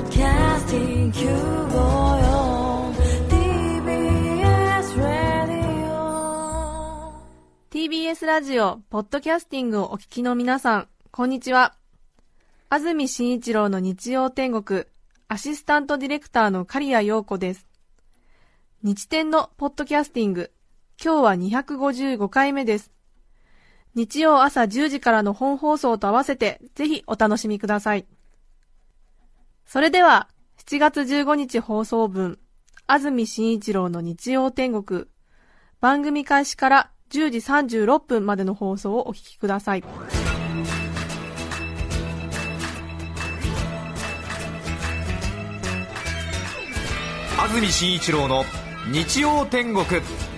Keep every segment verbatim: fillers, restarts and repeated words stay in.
Podcasting きゅうごよん ティービーエス Radio ティービーエス ラジオポッドキャスティングをお聞きの皆さん、こんにちは。安住紳一郎の日曜天国アシスタントディレクターの刈谷陽子です。日天のポッドキャスティング、今日はにひゃくごじゅうごかいめです。日曜朝じゅうじからの本放送と合わせてぜひお楽しみください。それではしちがつじゅうごにち放送分、安住紳一郎の日曜天国、番組開始からじゅうじさんじゅうろっぷんまでの放送をお聞きください。 安住紳一郎の日曜天国。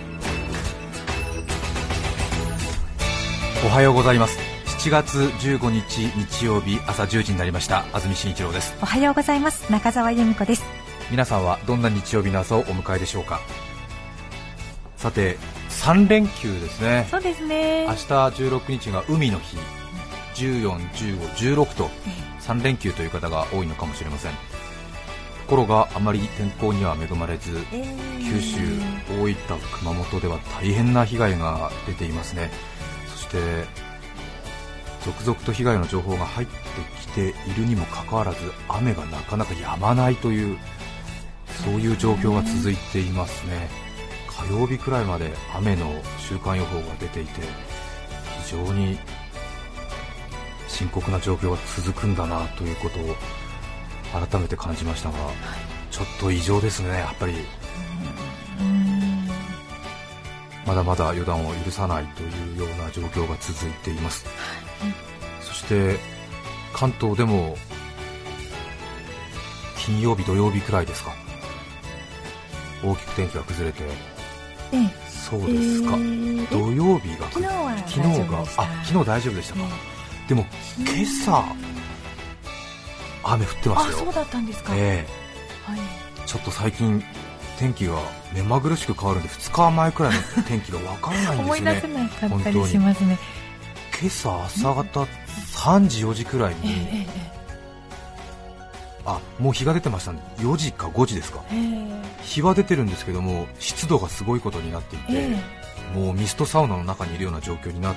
おはようございます。しちがつじゅうごにち日曜日朝じゅうじになりました。安住紳一郎です。 おはようございます。中澤由美子です。 皆さんはどんな日曜日の朝をお迎えでしょうか。さてさんれんきゅうですね。 そうですね。 明日じゅうろくにちが海の日、じゅうよん、じゅうご、じゅうろくとさんれんきゅうという方が多いのかもしれません。ところがあまり天候には恵まれず、えー、九州、大分、熊本では大変な被害が出ていますね。そして続々と被害の情報が入ってきているにもかかわらず、雨がなかなか止まないという、そういう状況が続いていますね。火曜日くらいまで雨の週間予報が出ていて、非常に深刻な状況が続くんだなということを改めて感じましたが、ちょっと異常ですね。やっぱりまだまだ予断を許さないというような状況が続いています。そして関東でも金曜日土曜日くらいですか、大きく天気が崩れて、 ええ、 そうですか、えー、土曜日が昨日は昨日があ昨日大丈夫でしたか、えー、でも今朝雨降ってましたよ。 あ、そうだったんですか、 えーはい、ちょっと最近天気が目まぐるしく変わるんで、ふつかまえくらいの天気がわからないんですよね。 思い出せなかったりしますね。 今朝朝方さんじよじくらいに、えーえー、あもう日が出てましたね。よじかごじですか、えー、日は出てるんですけども湿度がすごいことになっていて、えー、もうミストサウナの中にいるような状況になって、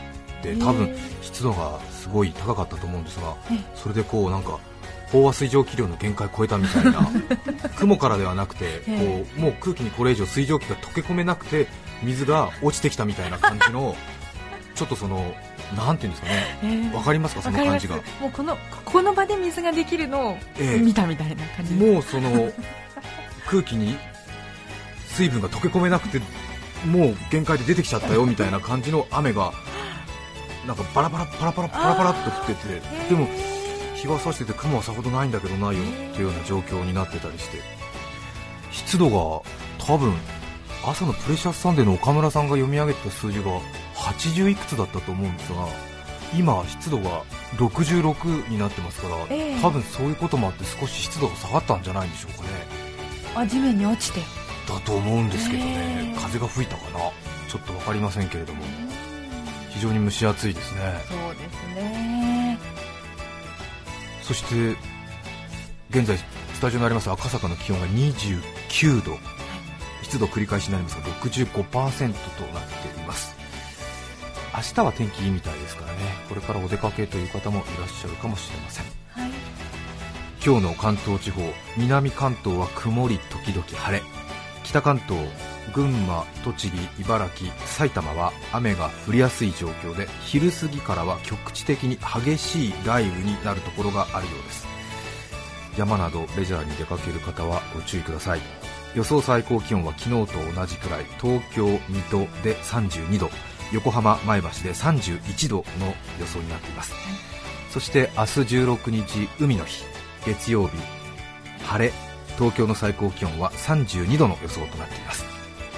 多分湿度がすごい高かったと思うんですが、えー、それでこうなんか飽和水蒸気量の限界を超えたみたいな雲からではなくて、こうもう空気にこれ以上水蒸気が溶け込めなくて水が落ちてきたみたいな感じのちょっとそのなんていうんですかね、えー、わかりますか、その感じが。 もうこのこの場で水ができるのを見たみたいな感じ、えー、もうその空気に水分が溶け込めなくてもう限界で出てきちゃったよみたいな感じの雨がなんかバラバラパラパラパラパラっと降ってて、えー、でも日が差してて雲はさほどないんだけどないよっていうような状況になってたりして、湿度が多分朝のプレシャスサンデーの岡村さんが読み上げてた数字がはちじゅういくつだったと思うんですが、今湿度がろくじゅうろくになってますから、えー、多分そういうこともあって少し湿度が下がったんじゃないんでしょうかね。 あ、地面に落ちてだと思うんですけどね、 えー、 風が吹いたかな、ちょっと分かりませんけれども、非常に蒸し暑いですね。 そうですね。 そして現在スタジオにあります赤坂の気温がにじゅうきゅうど、湿度繰り返しになりますが ろくじゅうごパーセント となっています。明日は天気いいみたいですからね、これからお出かけという方もいらっしゃるかもしれません、はい、今日の関東地方、南関東は曇り時々晴れ、北関東、群馬、栃木、茨城、埼玉は雨が降りやすい状況で、昼過ぎからは局地的に激しい雷雨になるところがあるようです。山などレジャーに出かける方はご注意ください。予想最高気温は昨日と同じくらい、東京、水戸でさんじゅうにど、横浜、前橋でさんじゅういちどの予想になっています、はい、そして明日じゅうろくにち海の日、月曜日晴れ、東京の最高気温はさんじゅうにどの予想となっています。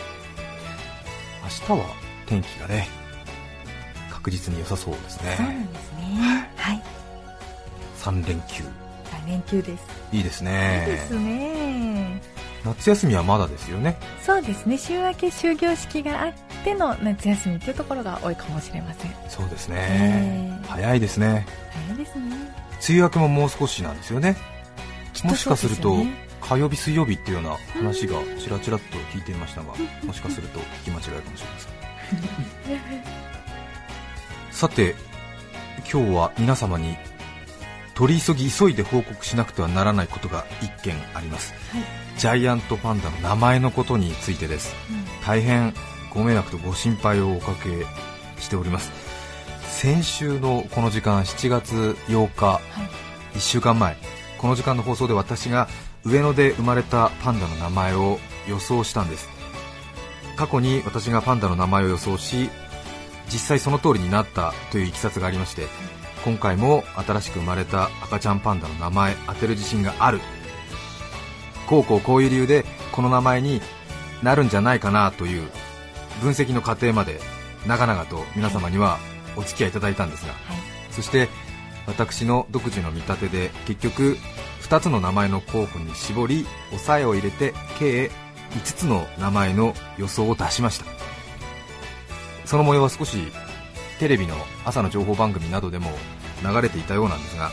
明日は天気がね確実に良さそうですね。 そうなんですね、はい、 さんれんきゅうさんれんきゅうです。 いいですね。 いいですね。 夏休みはまだですよね。 そうですね、週明け終業式があっての夏休みというところが多いかもしれません。 そうですね、えー、早いですね。 早いですね。 梅雨明けももう少しなんですよね。 もしかすると火曜日水曜日っていうような話がちらちらっと聞いていましたが、もしかすると聞き間違いかもしれませんさて今日は皆様に取り急ぎ急いで報告しなくてはならないことが一件あります、はい、ジャイアントパンダの名前のことについてです、うん、大変ご迷惑とご心配をおかけしております。先週のこの時間しちがつようか、はい、いっしゅうかんまえこの時間の放送で私が上野で生まれたパンダの名前を予想したんです。過去に私がパンダの名前を予想し実際その通りになったといういきさつがありまして、今回も新しく生まれた赤ちゃんパンダの名前当てる自信がある、こうこうこういう理由でこの名前になるんじゃないかなという分析の過程まで長々と皆様にはお付き合いいただいたんですが、はい、そして私の独自の見立てで結局ふたつの名前の候補に絞り抑えを入れて計いつつの名前の予想を出しました。その模様は少しテレビの朝の情報番組などでも流れていたようなんですが、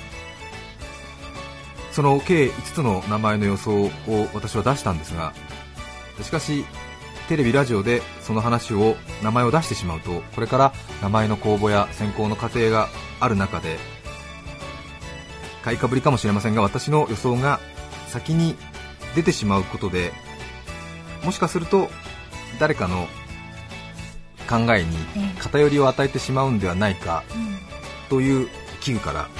その計いつつの名前の予想を私は出したんですが、しかしテレビラジオでその話を名前を出してしまうとこれから名前の公募や選考の過程がある中で買いかぶりかもしれませんが、私の予想が先に出てしまうことでもしかすると誰かの考えに偏りを与えてしまうんではないかという危惧から、はい、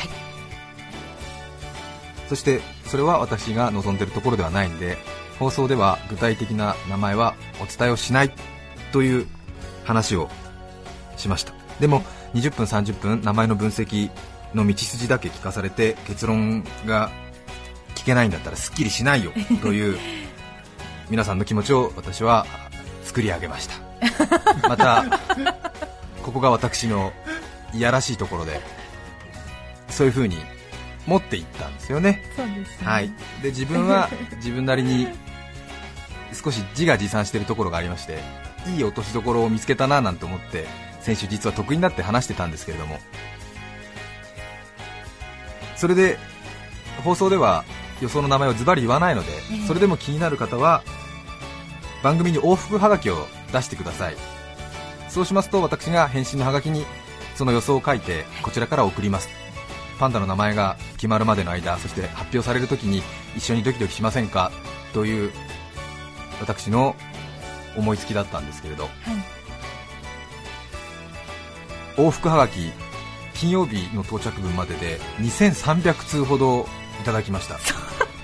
そしてそれは私が望んでいるところではないので放送では具体的な名前はお伝えをしないという話をしました。でもにじゅっぷんさんじゅっぷん名前の分析の道筋だけ聞かされて結論が聞けないんだったらすっきりしないよという皆さんの気持ちを私は作り上げましたまたここが私のいやらしいところでそういう風に持っていったんですよね。 そうですね、 はい、で自分は自分なりに少し自画自賛しているところがありまして、いい落としどころを見つけたななんて思って先週実は得意になって話してたんですけれども、それで放送では予想の名前をズバリ言わないので、それでも気になる方は番組に往復はがきを出してください。そうしますと私が返信のはがきにその予想を書いてこちらから送ります。パンダの名前が決まるまでの間、そして発表されるときに一緒にドキドキしませんかという私の思いつきだったんですけれど、はい、往復はがき金曜日の到着分まででにせんさんびゃくつうほどいただきました。 そう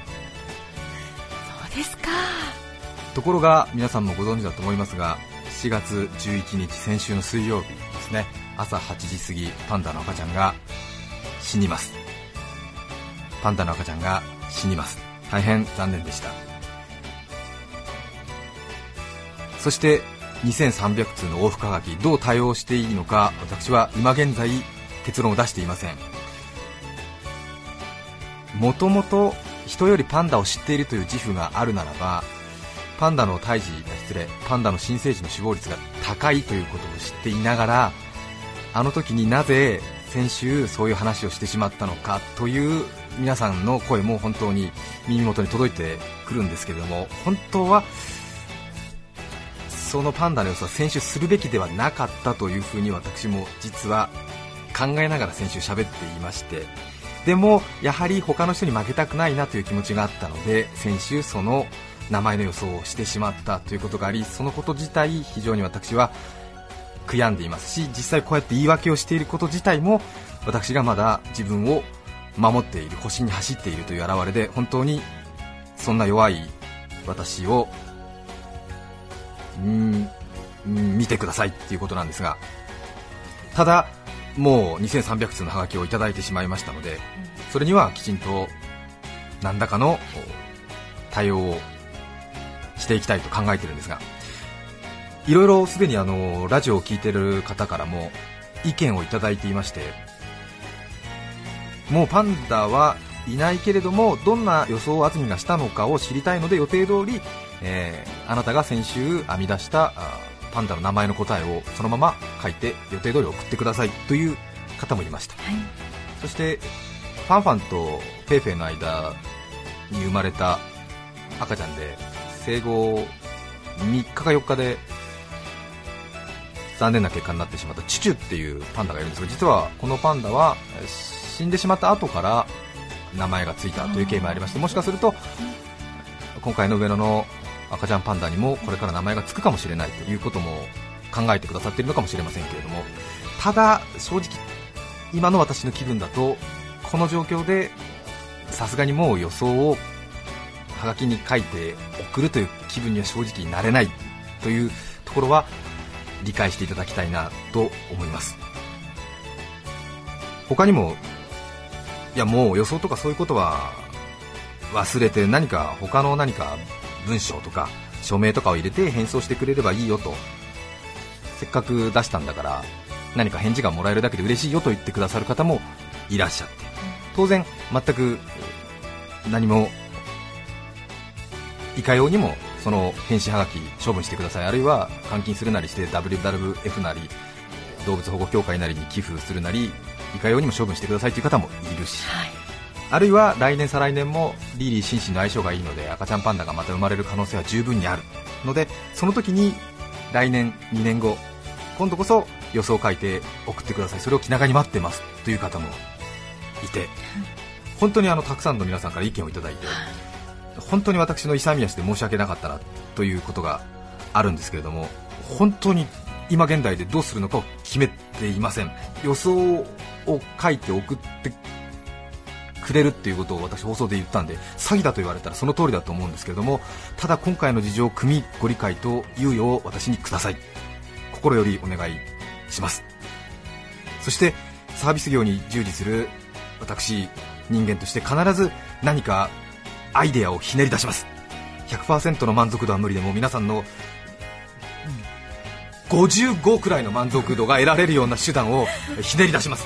ですか。 ところが皆さんもご存知だと思いますが、しがつじゅういちにち先週の水曜日ですね、朝はちじ過ぎパンダの赤ちゃんが死にます。パンダの赤ちゃんが死にます。大変残念でした。そしてにせんさんびゃくつうの往復はがきどう対応していいのか私は今現在結論を出していません。もともと人よりパンダを知っているという自負があるならば、パンダの胎児失礼パンダの新生児の死亡率が高いということを知っていながら、あの時になぜ先週そういう話をしてしまったのかという皆さんの声も本当に耳元に届いてくるんですけれども、本当はそのパンダの予想は先週するべきではなかったというふうに私も実は考えながら先週喋っていまして、でもやはり他の人に負けたくないなという気持ちがあったので先週その名前の予想をしてしまったということがあり、そのこと自体非常に私は悔やんでいますし、実際こうやって言い訳をしていること自体も私がまだ自分を守っている、保身に走っているという表れで、本当にそんな弱い私をん見てくださいっていうことなんですが、ただもうにせんさんびゃくつうのハガキをいただいてしまいましたので、それにはきちんと何らかの対応をしていきたいと考えているんですが、いろいろすでにあのラジオを聞いている方からも意見をいただいていまして、もうパンダはいないけれどもどんな予想を安住がしたのかを知りたいので予定通り、えー、あなたが先週編み出したパンダの名前の答えをそのまま書いて予定通り送ってくださいという方もいました、はい、そしてファンファンとペイペイの間に生まれた赤ちゃんで、生後みっかかよっかで残念な結果になってしまったチュチュっていうパンダがいるんですが、実はこのパンダは死んでしまった後から名前がついたという経緯もありまして、もしかすると今回の上野の赤ちゃんパンダにもこれから名前がつくかもしれないということも考えてくださっているのかもしれませんけれども、ただ正直今の私の気分だと、この状況でさすがにもう予想をはがきに書いて送るという気分には正直なれないというところは理解していただきたいなと思います。他にも、いやもう予想とかそういうことは忘れて、何か他の何か文章とか署名とかを入れて返送してくれればいいよと、せっかく出したんだから何か返事がもらえるだけで嬉しいよと言ってくださる方もいらっしゃって、当然全く何もいかようにもその返信はがき処分してください、あるいは換金するなりして ダブリューダブリューエフ なり動物保護協会なりに寄付するなりいかようにも処分してくださいという方もいるし、はい、あるいは来年再来年もリーリーシンシンの相性がいいので赤ちゃんパンダがまた生まれる可能性は十分にあるので、その時に来年にねんご今度こそ予想を書いて送ってください、それを気長に待ってますという方もいて、本当にあのたくさんの皆さんから意見をいただいて、本当に私の勇み足で申し訳なかったなということがあるんですけれども、本当に今現代でどうするのかを決めていません。予想を書いて送ってくれるっていうことを私放送で言ったんで、詐欺だと言われたらその通りだと思うんですけれども、ただ今回の事情を汲みご理解と猶予を私にください、心よりお願いします。そしてサービス業に従事する私人間として必ず何かアイデアをひねり出します。 ひゃくパーセント の満足度は無理でも皆さんのごじゅうごくらいの満足度が得られるような手段をひねり出します。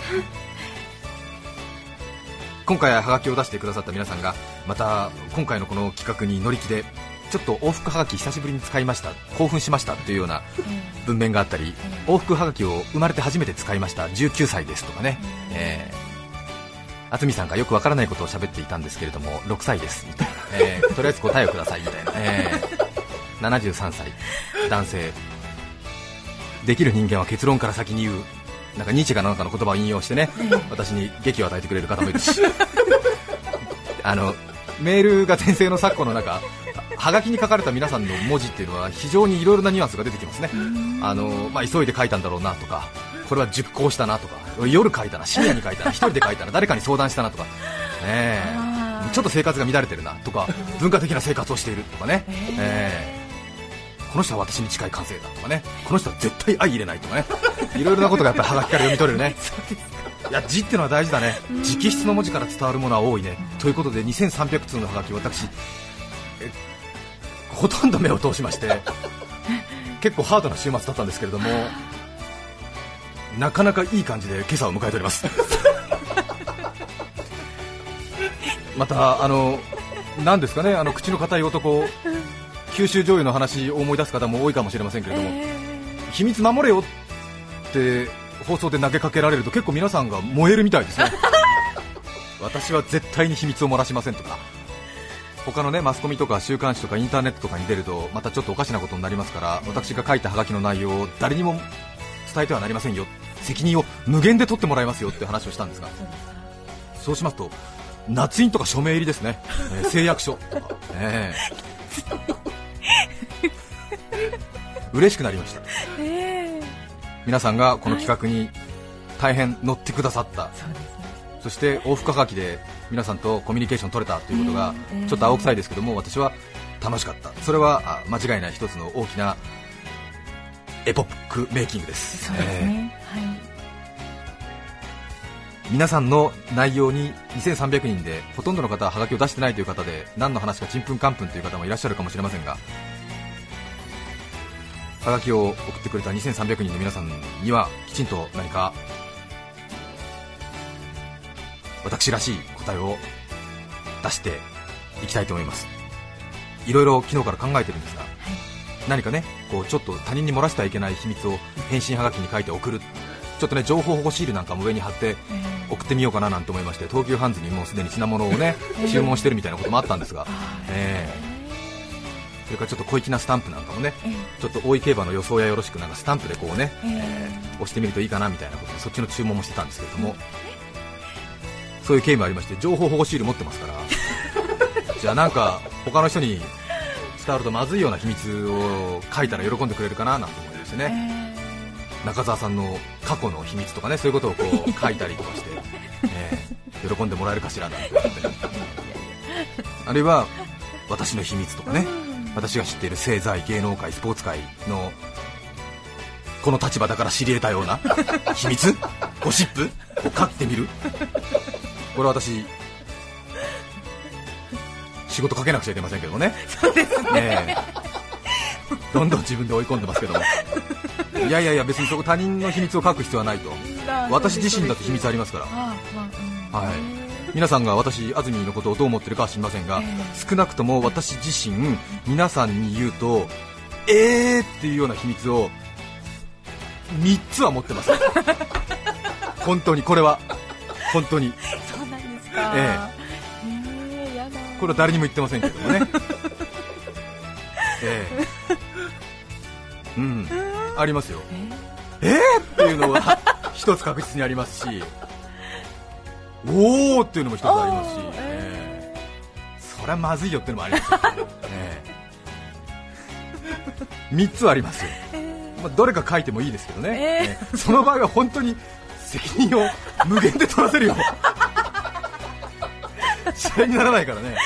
今回はがきを出してくださった皆さんがまた今回のこの企画に乗り気で、ちょっと往復はがき久しぶりに使いました、興奮しましたというような文面があったり、往復はがきを生まれて初めて使いました、じゅうきゅうさいですとかね、えーあつみさんがよくわからないことを喋っていたんですけれどもろくさいですみたいな、えー、とりあえず答えをくださいみたいな、えー、ななじゅうさんさい男性、できる人間は結論から先に言う、なんかニーチェかなんかの言葉を引用してね、私に劇を与えてくれる方もいるしあのメールが全盛の昨今の中、はがきに書かれた皆さんの文字っていうのは非常にいろいろなニュアンスが出てきますね。あの、まあ、急いで書いたんだろうなとか、これは熟考したなとか、夜書いたな、深夜に書いたな、一人で書いたな、誰かに相談したなとか、ね、ちょっと生活が乱れてるなとか、文化的な生活をしているとかね、えー、この人は私に近い感性だとかね、この人は絶対相入れないとかね、いろいろなことがやっぱりはがきから読み取れるねいや字ってのは大事だね、直筆の文字から伝わるものは多いねということで、にせんさんびゃくつうのはがきを私えほとんど目を通しまして結構ハードな週末だったんですけれども、なかなかいい感じで今朝を迎えておりますまたあの何ですかね、あの口の堅い男、九州醤油の話を思い出す方も多いかもしれませんけれども、えー、秘密守れよって放送で投げかけられると結構皆さんが燃えるみたいですね私は絶対に秘密を漏らしませんとか、他のねマスコミとか週刊誌とかインターネットとかに出るとまたちょっとおかしなことになりますから、私が書いたハガキの内容を誰にも伝えてはなりませんよ、責任を無限で取ってもらいますよって話をしたんですが、そうしますと捺印とか署名入りですね、えー、誓約書とか、ね、嬉しくなりました、えー、皆さんがこの企画に大変乗ってくださった、はい、そうですね、そして往復はがきで皆さんとコミュニケーション取れたということがちょっと青臭いですけども、私は楽しかった、それは間違いない一つの大きなエポックメイキングです。そうですね、えーはい、皆さんの内容ににせんさんびゃくにんでほとんどの方はハガキを出してないという方で、何の話かちんぷんかんぷんという方もいらっしゃるかもしれませんが、ハガキを送ってくれたにせんさんびゃくにんの皆さんにはきちんと何か私らしい答えを出していきたいと思います。いろいろ昨日から考えてるんですが、はい、何かねこうちょっと他人に漏らしてはいけない秘密を返信はがきに書いて送る、ちょっとね情報保護シールなんかも上に貼って送ってみようかななんて思いまして、東急ハンズにもうすでに品物をね注文してるみたいなこともあったんですが、えー、それからちょっと小粋なスタンプなんかもね、ちょっと大井競馬の予想やよろしくなんかスタンプでこうね、えー、押してみるといいかなみたいなことでそっちの注文もしてたんですけれども、そういう経緯もありまして、情報保護シール持ってますからじゃあなんか他の人に伝わるとまずいような秘密を書いたら喜んでくれるかななんて思いですね、えー、中澤さんの過去の秘密とかね、そういうことをこう書いたりとかして、えー、喜んでもらえるかしらなんて思ってあるいは私の秘密とかね、私が知っている政財、芸能界、スポーツ界のこの立場だから知り得たような秘密ゴシップを書ってみるこれは私仕事かけなくちゃいけませんけどもね。 そうですね、 えー、どんどん自分で追い込んでますけどもいやいやいや、別にそこ他人の秘密を書く必要はないと。私自身だって秘密ありますから、 ああ、まあ、うん、 はい、皆さんが私、安住のことをどう思ってるかは知りませんが、えー、少なくとも私自身皆さんに言うとえーっていうような秘密をみっつは持ってます本当にこれは本当にそうなんですか、 えーえー、やだ、 これは誰にも言ってませんけどもねえー、うんありますよ、えー、えーっていうのは一つ確実にありますし、おーっていうのも一つありますし、えー、それはまずいよっていうのもありますよ、えー、みっつはありますよ、まあ、どれか書いてもいいですけどね、えーえー、その場合は本当に責任を無限で取らせるよ試合にならないからね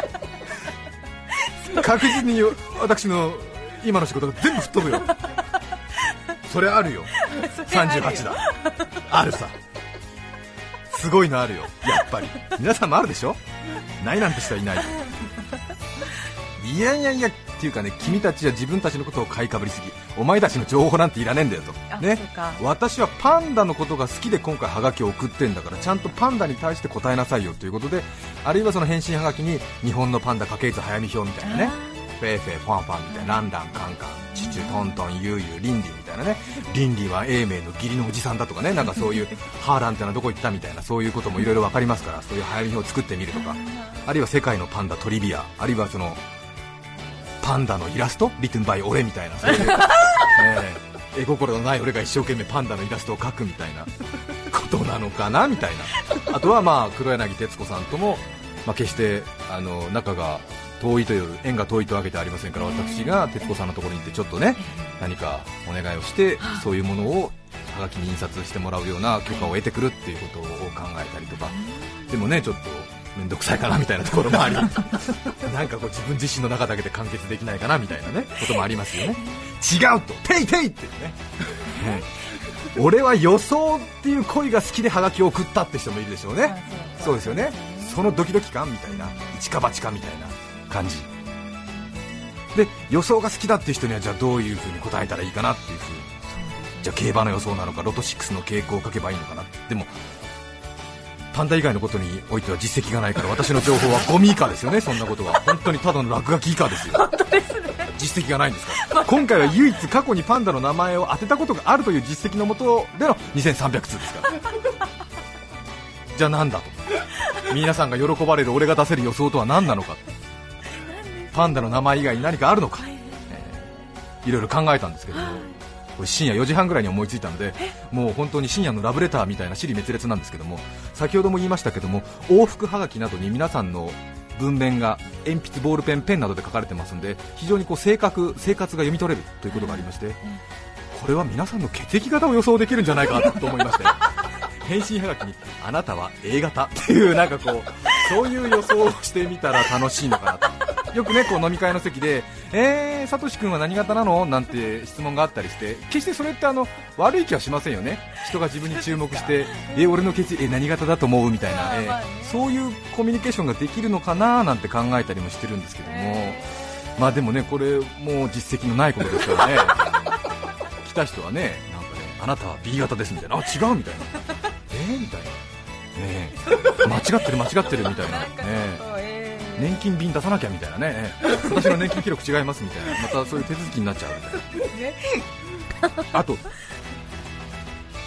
確実に私の今の仕事が全部吹っ飛ぶよそれあるよさんじゅうはちだあるさ、すごいのあるよやっぱり。皆さんもあるでしょ、ないなんて人はいない。いやいやいやっていうかね、君たちは自分たちのことを買いかぶりすぎ、お前たちの情報なんていらねえんだよと、ね、私はパンダのことが好きで今回ハガキを送ってんだから、ちゃんとパンダに対して答えなさいよということで、あるいはその返信ハガキに日本のパンダ家系図早見表みたいなね、フェーフェーファンファンみたいな、ランランカンカンチュチュトントンユーユーリンリンみたいなね、リンリンは永明の義理のおじさんだとかね、なんかそういうハーランってのはどこ行ったみたいな、そういうこともいろいろ分かりますから、そういう早見表を作ってみるとか、あるいは世界のパンダトリビア、あるいはそのパンダのイラストリトゥンバイ俺みたいな、そういう、えー、絵心のない俺が一生懸命パンダのイラストを描くみたいなことなのかなみたいな。あとはまあ黒柳徹子さんとも、まあ、決してあの仲が遠いという縁が遠いとはわけではありませんから、私が徹子さんのところに行ってちょっとね何かお願いをして、そういうものをはがきに印刷してもらうような許可を得てくるっていうことを考えたりとか、でもねちょっと面倒くさいかなみたいなところもありなんかこう自分自身の中だけで完結できないかなみたいなねこともありますよね。違うとテイテイってね俺は予想っていう恋が好きでハガキを送ったって人もいるでしょうね。そうですよね、そのドキドキ感みたいな、一か八かみたいな感じで、予想が好きだっていう人にはじゃあどういう風に答えたらいいかなっていう風、じゃあ競馬の予想なのかロトろくの傾向を書けばいいのかな。でもパンダ以外のことにおいては実績がないから、私の情報はゴミ以下ですよね。そんなことは本当にただの落書き以下ですよ。 本当ですね、 実績がないんですから。今回は唯一過去にパンダの名前を当てたことがあるという実績のもとでのにせんさんびゃくつうですからじゃあなんだと、皆さんが喜ばれる俺が出せる予想とは何なのか、パンダの名前以外に何かあるのか、えー、いろいろ考えたんですけども、これ深夜よじはんぐらいに思いついたので、もう本当に深夜のラブレターみたいな尻滅裂なんですけども、先ほども言いましたけども、往復はがきなどに皆さんの文面が鉛筆、ボールペン、ペンなどで書かれてますので、非常にこう正確、生活が読み取れるということがありまして、これは皆さんの血液型を予想できるんじゃないかと思いまして返信はがきにあなたは A 型っていうなんかこうそういう予想をしてみたら楽しいのかなと。よくねこう飲み会の席で、えー、サトシ君は何型なのなんて質問があったりして、決してそれってあの悪い気はしませんよね。人が自分に注目してえ俺の血液え何型だと思うみたいな、えー、そういうコミュニケーションができるのかななんて考えたりもしてるんですけども、まあでもねこれもう実績のないことですからね来た人はねなんかねあなたは ビー 型ですみたいな、あ違うみたいなえー、みたいな、ね、間違ってる間違ってるみたいな、ね、年金便出さなきゃみたいなね、私の年金記録違いますみたいな、またそういう手続きになっちゃうみたいなあと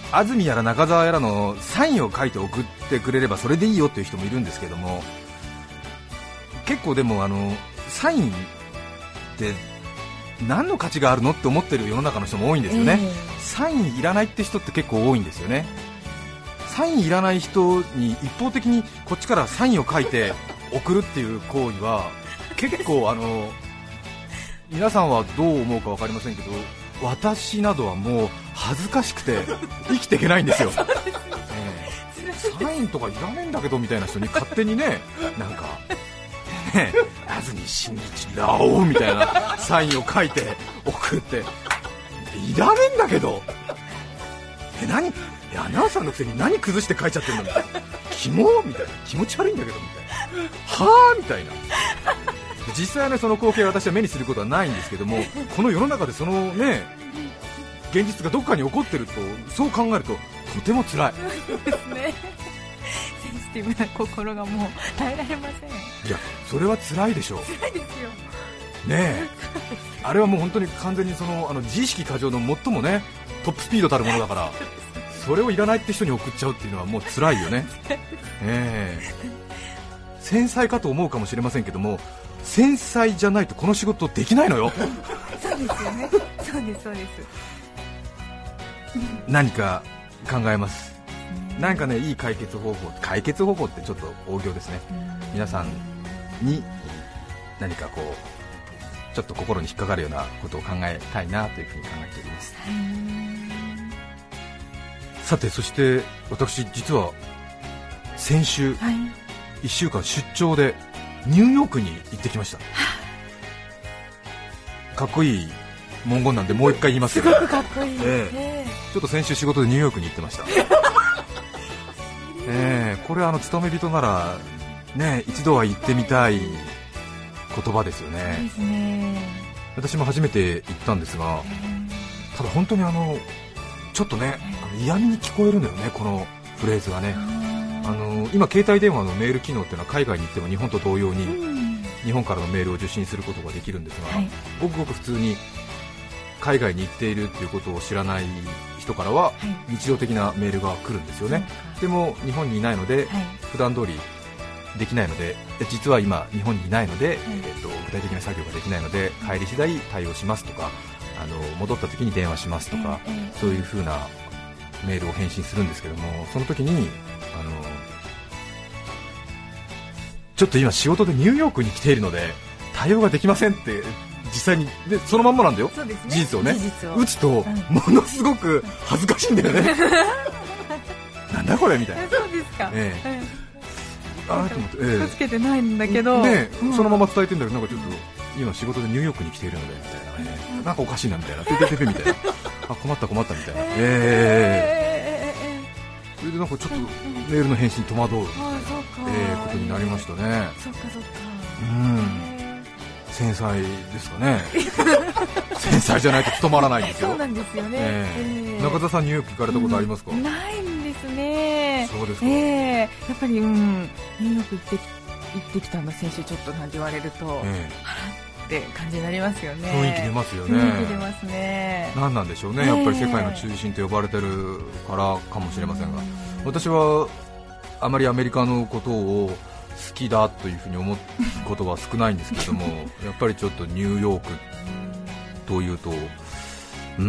安住やら中澤やらのサインを書いて送ってくれればそれでいいよっていう人もいるんですけども、結構でもあのサインって何の価値があるのって思ってる世の中の人も多いんですよね、えー、サインいらないって人って結構多いんですよね。サインいらない人に一方的にこっちからサインを書いて送るっていう行為は結構あの皆さんはどう思うか分かりませんけど、私などはもう恥ずかしくて生きていけないんですよえー、サインとかいらねえんだけどみたいな人に勝手にね、なんかね、安住紳一郎みたいなサインを書いて送って、いらねえんだけど、え何いやアナウンサーのくせに何崩して書いちゃってるのみたいな、キモみたいな、気持ち悪いんだけどみたいな、はぁみたいな。実際はね、その光景は私は目にすることはないんですけども、この世の中でそのね現実がどっかに起こってると、そう考えるととても辛いですね。センシティブな心がもう耐えられません。 いや、それは辛いでしょう。 辛いですよねえあれはもう本当に完全にそのあの自意識過剰の最もねトップスピードたるものだから、それをいらないって人に送っちゃうっていうのはもう辛いよねええ繊細かと思うかもしれませんけども、繊細じゃないとこの仕事できないのよそうですよね、そうですそうです。 何か考えます。何かね、いい解決方法、解決方法ってちょっと大行ですね。皆さんに何かこうちょっと心に引っかかるようなことを考えたいなというふうに考えております。さて、そして私実は先週、はい、いっしゅうかん出張でニューヨークに行ってきました。かっこいい文言なんでもう一回言いますけど、 すごくかっこいい、 ええ、ちょっと先週仕事でニューヨークに行ってましたええ、これあの勤め人ならね一度は行ってみたい言葉ですよね。 そうですね。 私も初めて行ったんですが、ただ本当にあのちょっとねあの嫌味に聞こえるんだよね、このフレーズがね。あの今携帯電話のメール機能っていうのは海外に行っても日本と同様に、うん、日本からのメールを受信することができるんですが、はい、ごくごく普通に海外に行っているっていうことを知らない人からは日常的なメールが来るんですよね、はい、でも日本にいないので、はい、普段通りできないので、実は今日本にいないので、はい、えっと、具体的な作業ができないので帰り次第対応しますとか、あの戻った時に電話しますとか、えー、そういう風なメールを返信するんですけども、その時にあのちょっと今仕事でニューヨークに来ているので対応ができませんって実際にでそのまんまなんだよ、ね、事実をね打つと、うん、ものすごく恥ずかしいんだよねなんだこれみたいな。 そうですか、 ええ、あーと思って、ええ、 つけてないんだけど、 ね、うん、そのまま伝えてんだけど、なんかちょっと今仕事でニューヨークに来ているのでみたいな、ね、うん、なんかおかしいなみたいな、ペペペペみたいなあ、困った困ったみたいな、えー、えー、それでなんかちょっとメールの返信戸惑うみたいな、えー、ことになりましたね。 そっかそっか、 うん、繊細ですかね繊細じゃないと務まらないんですよ。 そうなんですよね、えーえー、中田さんニューヨーク行かれたことありますか？ うん、ないんですね。 そうですか、 えー、やっぱり、うん、ニューヨーク行ってき、行ってきたんだ先週ちょっとなんて言われると、えー、はらって感じになりますよね。 雰囲気出ますよね。 雰囲気出ますね。 何なんでしょうね、やっぱり世界の中心と呼ばれてるからかもしれませんが、私はあまりアメリカのことを好きだというふうに思うことは少ないんですけどもやっぱりちょっとニューヨークというと、うん、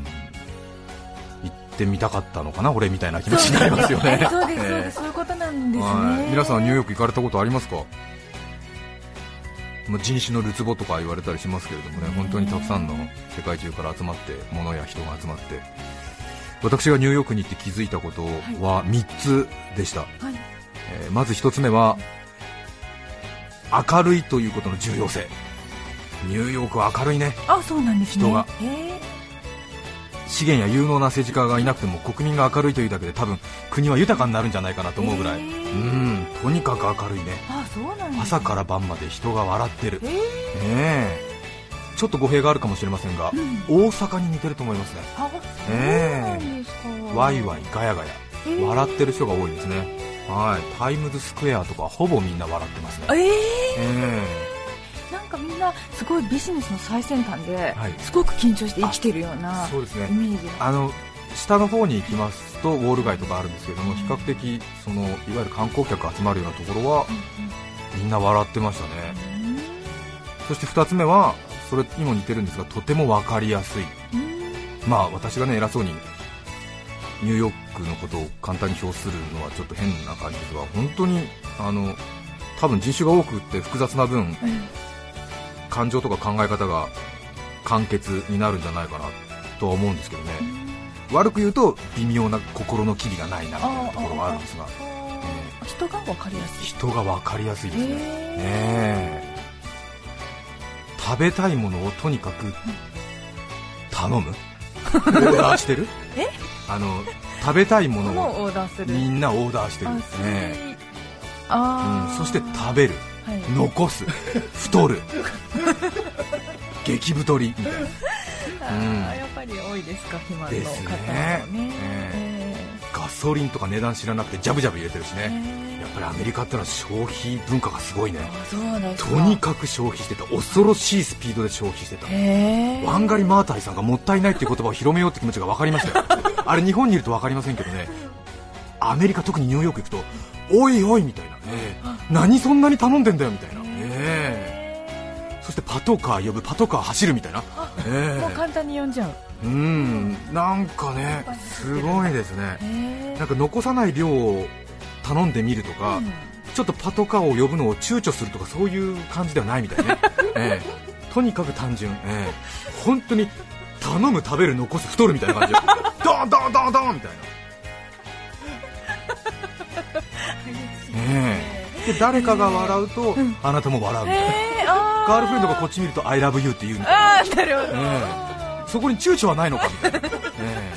行ってみたかったのかな俺みたいな気持ちになりますよね。 そうです、そうです、そういうことなんですね、 はい、皆さんはニューヨーク行かれたことありますか？まあ、人種のるつぼとか言われたりしますけれどもね、本当にたくさんの世界中から集まって物や人が集まって、私がニューヨークに行って気づいたことはみっつでした、はい、えー、まずひとつめは明るいということの重要性。ニューヨークは明るいね。 あ、そうなんですね。 人が資源や有能な政治家がいなくても国民が明るいというだけで多分国は豊かになるんじゃないかなと思うぐらい、うん、とにかく明るいね。 あ、そうなんですね。 朝から晩まで人が笑ってる、えー、ちょっと語弊があるかもしれませんが、うん、大阪に似てると思いますね。 あ、そうなんですか、えー、 ワイワイガヤガヤ、えー、笑ってる人が多いんですね。はい、タイムズスクエアとかほぼみんな笑ってますね。 えーえー、なんかみんなすごいビジネスの最先端で、はい、すごく緊張して生きてるようなイメージ、 あの下の方に行きますとウォール街とかあるんですけども、比較的そのいわゆる観光客が集まるようなところはみんな笑ってましたね。そしてふたつめはそれにも似てるんですが、とても分かりやすい。まあ私がね偉そうにニューヨークのことを簡単に評するのはちょっと変な感じですが、本当にあの多分人種が多くって複雑な分、感情とか考え方が簡潔になるんじゃないかなとは思うんですけどね。悪く言うと微妙な心の機微がないなみたいなところがあるんですが、 えー、人が分かりやすい。 人が分かりやすいですね。ね食べたいものをとにかく頼むオーダーしてるえあの食べたいものをオーダーする、 みんなオーダーしてるんですね。 あ、 うん、そして食べる、はい、残す太る激太りみたいなうん、やっぱり多いですか、肥満の方ですね。 ね、えー、ガソリンとか値段知らなくてジャブジャブ入れてるしね、えー、やっぱりアメリカってのは消費文化がすごいね。 そうですか。 とにかく消費してた、恐ろしいスピードで消費してた、 えー、 ワンガリ・マータイさんがもったいないっていう言葉を広めようって気持ちが分かりましたよあれ日本にいると分かりませんけどね、アメリカ特にニューヨーク行くとおいおいみたいな、えー、何そんなに頼んでんだよみたいな、えーそしてパトカー呼ぶ、パトカー走るみたいな、 えー、もう簡単に呼んじゃう。 うん、なんかねすごいですね、えー、なんか残さない量を頼んでみるとか、うん、ちょっとパトカーを呼ぶのを躊躇するとかそういう感じではないみたいね、えー、とにかく単純、えー、本当に頼む、食べる、残す、太るみたいな感じでドンドンドンドンみたいなえー、で誰かが笑うと、うん、あなたも笑うみたいな、えーガールフレンドがこっち見ると I love you って言うみたいな、 あー、なるほど、 えー、そこに躊躇はないのかみたいな、えー、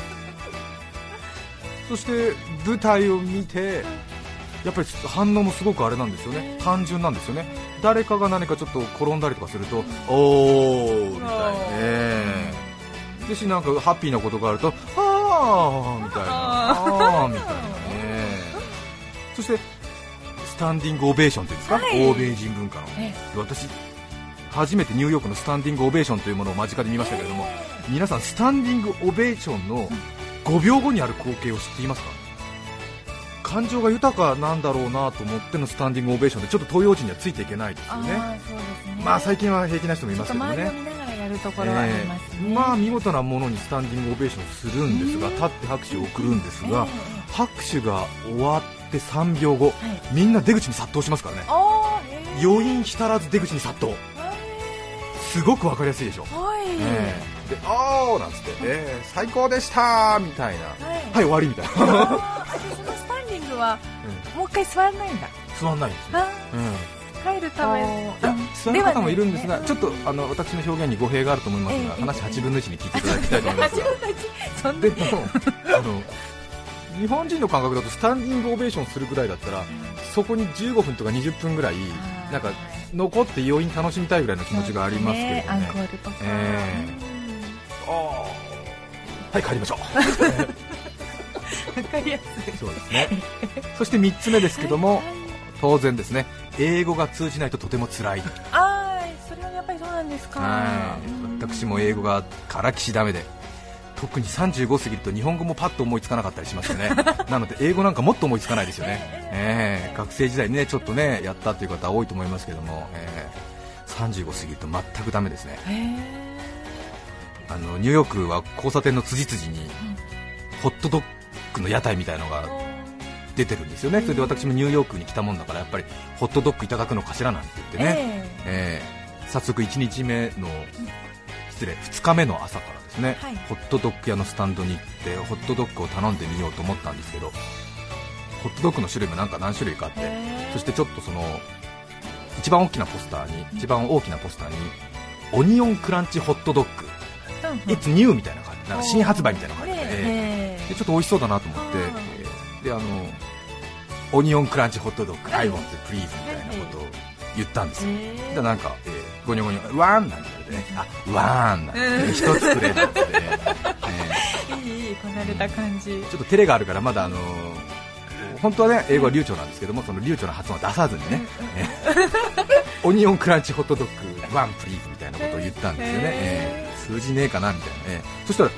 そして舞台を見てやっぱり反応もすごくあれなんですよね、単純なんですよね。誰かが何かちょっと転んだりとかするとおーみたいな、えー、でしなんかハッピーなことがあるとあーみたいな、あーみたいな、えー、そしてスタンディングオベーションというんですか、はい、欧米人文化の、えー、私初めてニューヨークのスタンディングオベーションというものを間近で見ましたけれども、えー、皆さんスタンディングオベーションのごびょうごにある光景を知っていますか？感情が豊かなんだろうなと思ってのスタンディングオベーションでちょっと東洋人にはついていけないですよね。 あ、そうですね。 まあ最近は平気な人もいますけどね、 周りを見ながらやるところはありますね、 えー、まあ見事なものにスタンディングオベーションするんですが、立って拍手を送るんですが、えー、拍手が終わってさんびょうご、はい、みんな出口に殺到しますからね。えー、余韻浸らず出口に殺到、すごくわかりやすいでしょ、はいえー、でおーなんつって、えー、最高でしたみたいな、はい、はい、終わりみたいなそのスタンディングは、うん、もう一回座らないんだ。 座らないんですよ、 うん、帰るためいや座る方もいるんですが、ね、ちょっとあの私の表現に語弊があると思いますが、えー、話はちぶんのいちに聞いていただきたいと思いますがそんなでもあの日本人の感覚だとスタンディングオベーションするぐらいだったら、うん、そこにじゅうごふんとかにじゅっぷんぐらいなんか残って余韻楽しみたいぐらいの気持ちがありますけどね。 アンコールとか、 えー、あはい帰りましょうわかりやすい。 そうですねそしてみっつめですけども、当然ですね、英語が通じないととても辛い。 あー、それはやっぱりそうなんですか。 はい、私も英語がからきしダメで、特にさんじゅうご過ぎると日本語もパッと思いつかなかったりしますよねなので英語なんかもっと思いつかないですよね、えー、学生時代にねちょっとねやったという方多いと思いますけども、えー、さんじゅうご過ぎると全くダメですね。あのニューヨークは交差点の辻々にホットドッグの屋台みたいなのが出てるんですよね。それで私もニューヨークに来たもんだからやっぱりホットドッグいただくのかしらなんて言ってね、えーえー、早速いちにちめの失礼ふつかめの朝からですね、はい、ホットドッグ屋のスタンドに行ってホットドッグを頼んでみようと思ったんですけど、ホットドッグの種類もなんか何種類かあって、そしてちょっとその一番大きなポスターに一番大きなポスターにオニオンクランチホットドッグ、うん、It's new みたいな感じ、なんか新発売みたいな感じで、えー、でちょっと美味しそうだなと思って、えー、であのオニオンクランチホットドッグ I want please みたいなことを言ったんですよ。でなんか、えー、ゴニョゴニョワーンなんて言われてね、あワーンなんて一つくれなんて、ねえー、いいこなれた感じ、 ちょっと照れがあるからまだあのー、本当はね英語は流暢なんですけども、その流暢な発音を出さずにね、えー、オニオンクランチホットドッグワンプリーズみたいなことを言ったんですよね、えー、通じねえかなみたいな、えー、そしたら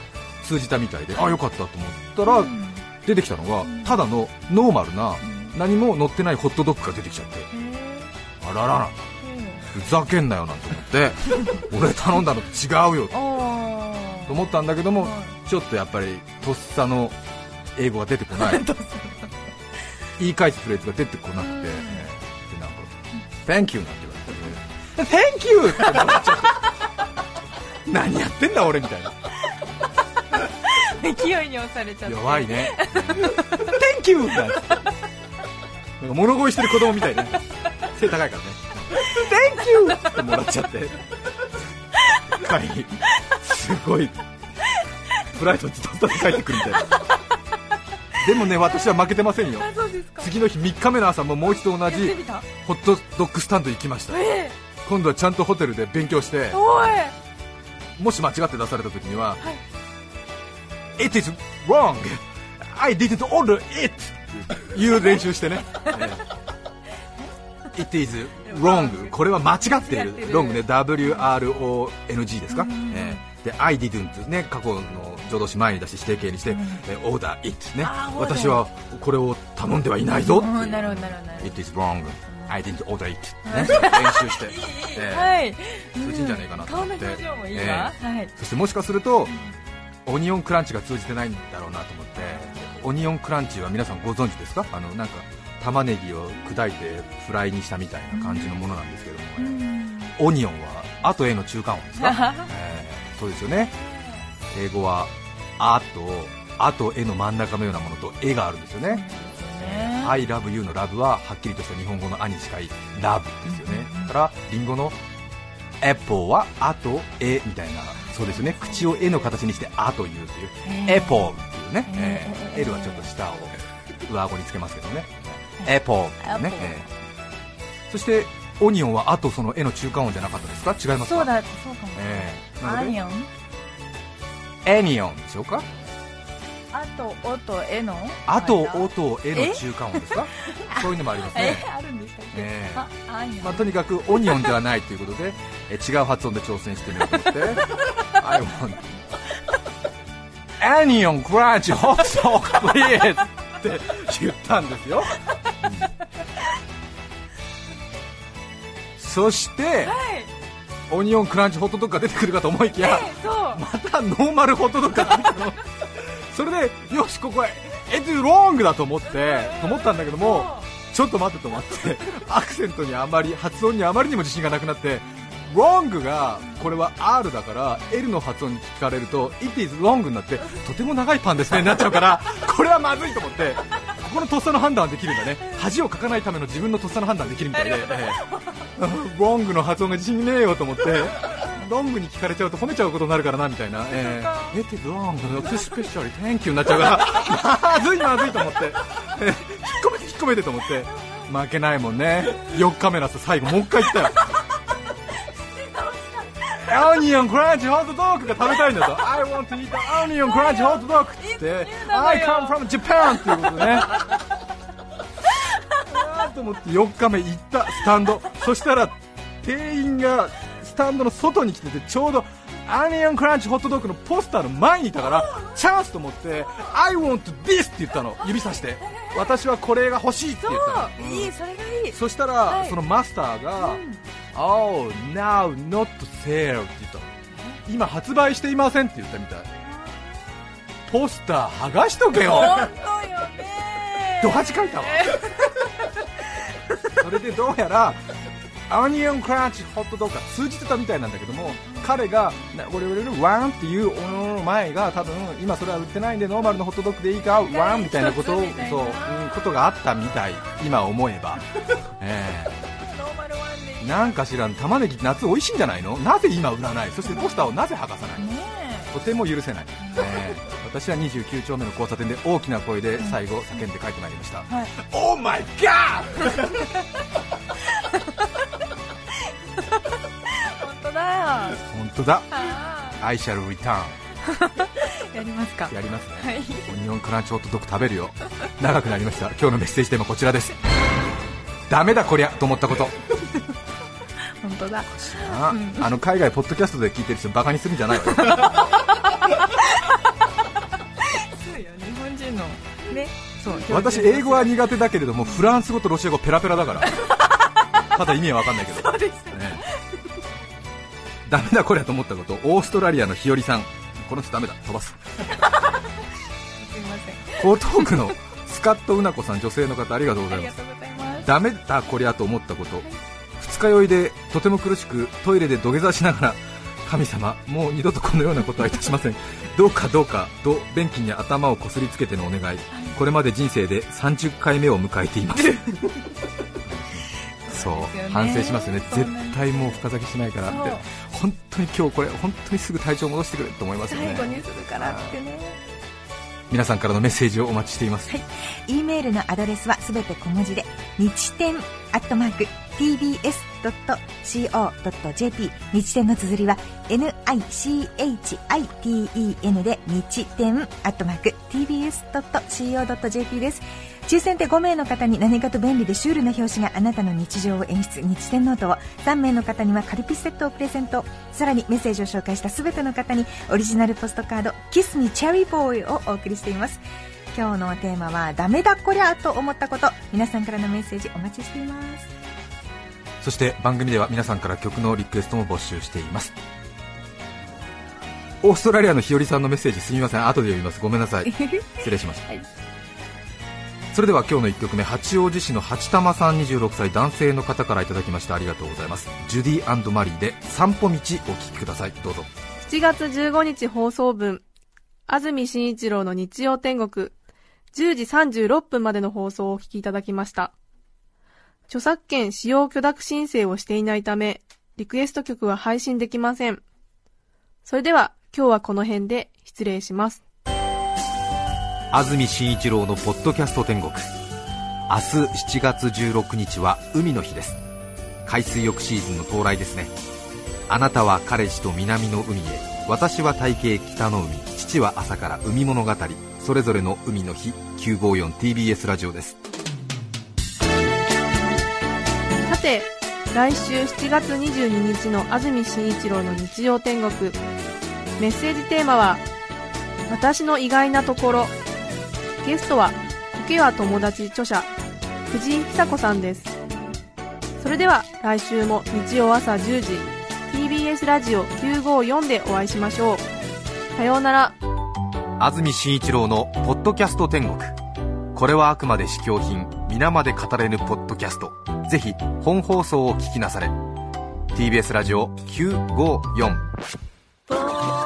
通じたみたいで、あよかったと思ったら、うん、出てきたのが、うん、ただのノーマルな、うん、何も乗ってないホットドッグが出てきちゃって、あららら、うん、ふざけんなよなんて思って俺頼んだのと違うよと思ったんだけども、ちょっとやっぱりとっさの英語が出てこない言い返すフレーズが出てこなくて、うん、でなんか Thank you なんて言われて Thank you って思っちゃって何やってんだ俺みたいな勢いに押されちゃって弱いねThank you なんてなんか物乞いしてる子供みたいね、背高いからねThank you ってもらっちゃって帰りすごいフライトズタズタで帰ってくるみたいなでもね、私は負けてませんよ。次の日みっかめの朝ももう一度同じホットドッグスタンド行きました、えー、今度はちゃんとホテルで勉強して、もし間違って出された時には、はい、It is wrong I didn't order it っていう練習してねIt is wrong これは間違っている wrong ね ダブリューアールオーエヌジー ですか、えー、で I didn't ね過去の助動詞前に出し指定形にして、うん、order it ね、私はこれを頼んではいないぞっていう、うん、なるほどなるほど It is wrong I didn't order it ね練習してえーはい、通じんじゃねえかなと思って、うん、顔の表情もいいわ、えーはい、そしてもしかすると、うん、オニオンクランチが通じてないんだろうなと思って、オニオンクランチは皆さんご存知ですか？あのなんか玉ねぎを砕いてフライにしたみたいな感じのものなんですけども、うん、オニオンはあと A の中間音ですか、えー、そうですよね。英語はあとあと絵の真ん中のようなものと絵があるんですよね、ね I love you のラブははっきりとした日本語のあに近いラブですよね、うん、だからリンゴのエポはあと絵みたいな、そうですよね、口を絵の形にしてあというというエポっていうね、えー、L はちょっと下を上顎につけますけどね、エポね、えー、そしてオニオンはあとその絵の中間音じゃなかったですか？違いますか？ そうだ、そうかも、えー、アニオンエニオンでしょうか？ あとおとえのあとおとえの中間音ですか？そういうのもありますね。 えあるんでしたっけ、 えーああまあ、とにかくオニオンではないということでえ違う発音で挑戦してみようと思ってI want Onion Crunch Hot Dog Please って言ったんですよ、うん、そして、はいオニオンクランチホットドッグが出てくるかと思いきや、えー、またノーマルホットドッグが出てくるのそれでよしここはエドゥロングだと思ってと思ったんだけども、ちょっと待ってと思ってアクセントにあまり発音にあまりにも自信がなくなって、ロングがこれは R だから L の発音に聞かれると It is long になってとても長いパンですねになっちゃうからこれはまずいと思って、ここのとっさの判断はできるんだね、恥をかかないための自分のとっさの判断できるみたいで、えー、ロングの発音が自信ねえよと思ってロングに聞かれちゃうと褒めちゃうことになるからなみたいな、えー、It is long especially thank you になっちゃうからまずいまずいと思って、えー、引っ込めて引っ込めてと思って負けないもんね。よっかめの朝最後もう一回言ったよオニオンクランチホットドッグが食べたいんだと I want to eat the onion crunch hot dog って I come from Japan っていうことでねあーと思ってよっかめ行ったスタンド、そしたら店員がスタンドの外に来ててちょうどアニオンクランチホットドッグのポスターの前にいたからチャンスと思って I want this って言ったの、指さして私はこれが欲しいって言ったの、 そう、うん、いい、それがいい。 そしたら、はい、そのマスターが、うん、Oh, now not sale って言ったの。今発売していませんって言ったみたい。ポスター剥がしとけよ。 本当よね。 ド恥かいたわ。それでどうやらオニオンクランチホットドッグが通じてたみたいなんだけども、彼が俺俺のワンっていうおのの前が多分今それは売ってないんでノーマルのホットドッグでいいかワンみたいなことをそう、うん、ことがあったみたい、今思えば、えー、なんか知らん、玉ねぎ夏美味しいんじゃないの、なぜ今売らない、そしてポスターをなぜ剥がさない、とても許せない、えー私はにじゅうきゅう丁目の交差点で大きな声で最後叫んで帰ってまいりました、はい、オーマイガー本当だよ、 本当だ、I shall return やりますか、 やりますね、はい、オニオンクランチホットドッグ食べるよ。長くなりました。今日のメッセージテーマこちらです。ダメだこりゃと思ったこと本当だ、 あ、うん、あの海外ポッドキャストで聞いてる人バカにするんじゃないよね、そう私英語は苦手だけれどもフランス語とロシア語ペラペラだからただ意味は分かんないけど、 そうですね、 ね、ダメだこれやと思ったこと。オーストラリアの日和さん、この人ダメだ飛ばすすいません。 江東区のスカットうなこさん、女性の方、ありがとうございます。 ありがとうございます。 ダメだこりゃと思ったこと。二日酔いでとても苦しくトイレで土下座しながら、神様もう二度とこのようなことはいたしませんどうかどうかと便器に頭をこすりつけてのお願い。これまで人生でさんじゅっかいめを迎えていますそう、 そうですよね、 反省しますよね。絶そうなんです対もう深酒しないからって。本当に今日これ本当にすぐ体調戻してくれと思いますよね。 最後にするからってね。 皆さんからのメッセージをお待ちしています。 はい、E メールのアドレスはすべて小文字で日天アットマーク ティービーエスドットシーオードットジェーピー、 日天の綴りは エヌアイシーエイチアイティーイーエヌ で日天アットマーク ティービーエスドットシーオードットジェーピー です。抽選でごめいの方に何かと便利でシュールな表紙があなたの日常を演出、日天ノートを、さんめいの方にはカルピスセットをプレゼント。さらにメッセージを紹介したすべての方にオリジナルポストカードキスミチェリーボーイをお送りしています。今日のテーマはダメだこりゃと思ったこと。皆さんからのメッセージお待ちしています。 そして番組では皆さんから曲のリクエストも募集しています。オーストラリアの日和さんのメッセージすみません、後で読みます。ごめんなさい、失礼しました、はい。それでは今日のいっきょくめ、八王子市の八玉さん、にじゅうろくさい男性の方からいただきました。ありがとうございます。ジュディ&マリーで散歩道お聴きください。どうぞ。 しちがつじゅうごにち放送分、安住紳一郎の日曜天国、じゅうじさんじゅうろっぷんまでの放送をお聞きいただきました。著作権使用許諾申請をしていないため、リクエスト曲は配信できません。それでは今日はこの辺で失礼します。 安住紳一郎のポッドキャスト天国、明日しちがつじゅうろくにちは海の日です。海水浴シーズンの到来ですね。あなたは彼氏と南の海へ、私は太平北の海、父は朝から海物語、それぞれの海の日。きゅうごよん ティービーエス ラジオです。 さて、来週しちがつにじゅうににちの安住紳一郎の日曜天国、メッセージテーマは私の意外なところ。ゲストは苔は友達著者藤井久子さんです。それでは来週も日曜朝じゅうじ ティービーエス ラジオきゅうごよんでお会いしましょう。さようなら。 安住紳一郎のポッドキャスト天国、これはあくまで試供品、皆まで語れぬポッドキャスト。ぜひ本放送を聞きなされ。 ティービーエス ラジオきゅうごよん。